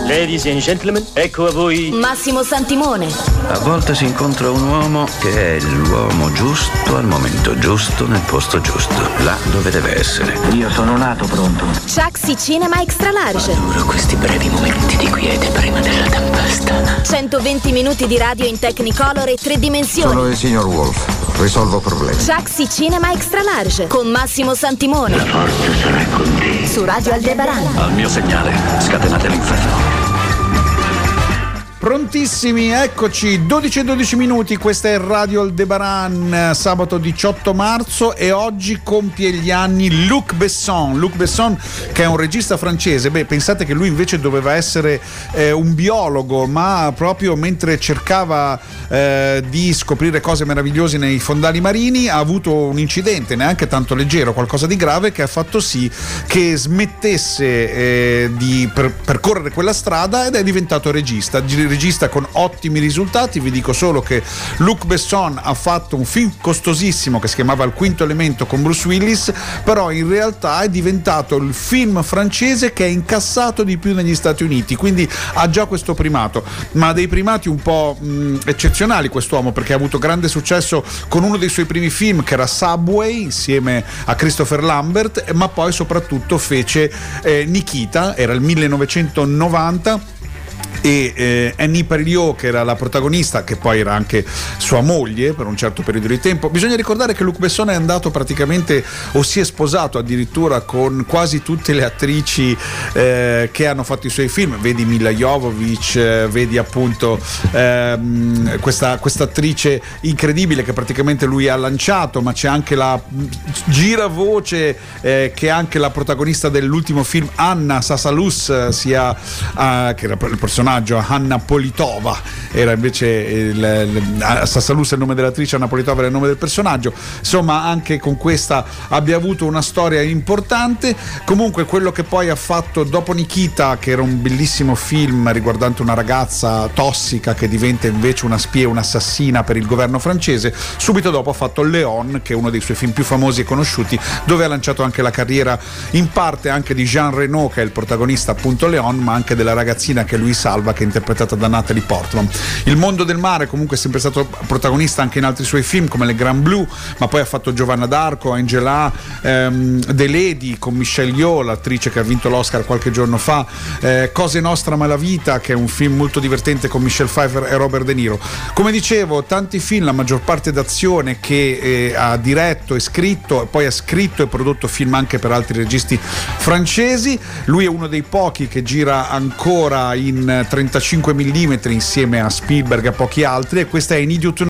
Ladies and gentlemen, ecco a voi Massimo Santimone. A volte si incontra un uomo che è l'uomo giusto al momento giusto, nel posto giusto, là dove deve essere. Io sono nato pronto. Chucksy Cinema Extra Large. Adoro questi brevi momenti di quiete prima della tempesta. 120 minuti di radio in Technicolor e 3 dimensioni. Sono il signor Wolf, risolvo problemi. Chucksy Cinema Extra Large con Massimo Santimone. La forza sarà con te. Su Radio Aldebaran. Al mio segnale, scatenate l'inferno. Prontissimi, eccoci, 12 minuti, questa è Radio Aldebaran, sabato 18 marzo e oggi compie gli anni Luc Besson, che è un regista francese. Pensate che lui invece doveva essere un biologo, ma proprio mentre cercava di scoprire cose meravigliose nei fondali marini ha avuto un incidente neanche tanto leggero, qualcosa di grave, che ha fatto sì che smettesse di percorrere quella strada ed è diventato regista con ottimi risultati. Vi dico solo che Luc Besson ha fatto un film costosissimo che si chiamava Il quinto elemento con Bruce Willis, però in realtà è diventato il film francese che è incassato di più negli Stati Uniti, quindi ha già questo primato, ma dei primati un po' eccezionali quest'uomo, perché ha avuto grande successo con uno dei suoi primi film che era Subway insieme a Christopher Lambert, ma poi soprattutto fece Nikita, era il 1990, e Annie Parillot, che era la protagonista, che poi era anche sua moglie per un certo periodo di tempo. Bisogna ricordare che Luc Besson è andato praticamente, o si è sposato addirittura, con quasi tutte le attrici che hanno fatto i suoi film. Vedi Mila Jovovich, vedi appunto questa attrice incredibile che praticamente lui ha lanciato, ma c'è anche la giravoce che è anche la protagonista dell'ultimo film, Anna Sasalus, che era il personaggio Anna Politova, era invece Sasalus è il nome dell'attrice, Anna Politova era il nome del personaggio. Insomma, anche con questa abbia avuto una storia importante. Comunque quello che poi ha fatto dopo Nikita, che era un bellissimo film riguardante una ragazza tossica che diventa invece una spia, un'assassina per il governo francese, subito dopo ha fatto Léon, che è uno dei suoi film più famosi e conosciuti, dove ha lanciato anche la carriera in parte anche di Jean Reno, che è il protagonista appunto Léon, ma anche della ragazzina che lui salva, che è interpretata da Natalie Portman. Il mondo del mare comunque è sempre stato protagonista anche in altri suoi film come Le Grand Blue, ma poi ha fatto Giovanna d'Arco, Angela, The Lady con Michelle Yeoh, l'attrice che ha vinto l'Oscar qualche giorno fa, Cose Nostra Malavita, che è un film molto divertente con Michelle Pfeiffer e Robert De Niro. Come dicevo, tanti film, la maggior parte d'azione, che ha diretto e scritto, e poi ha scritto e prodotto film anche per altri registi francesi. Lui è uno dei pochi che gira ancora in 35 mm insieme a Spielberg e a pochi altri, e questa è In Idiot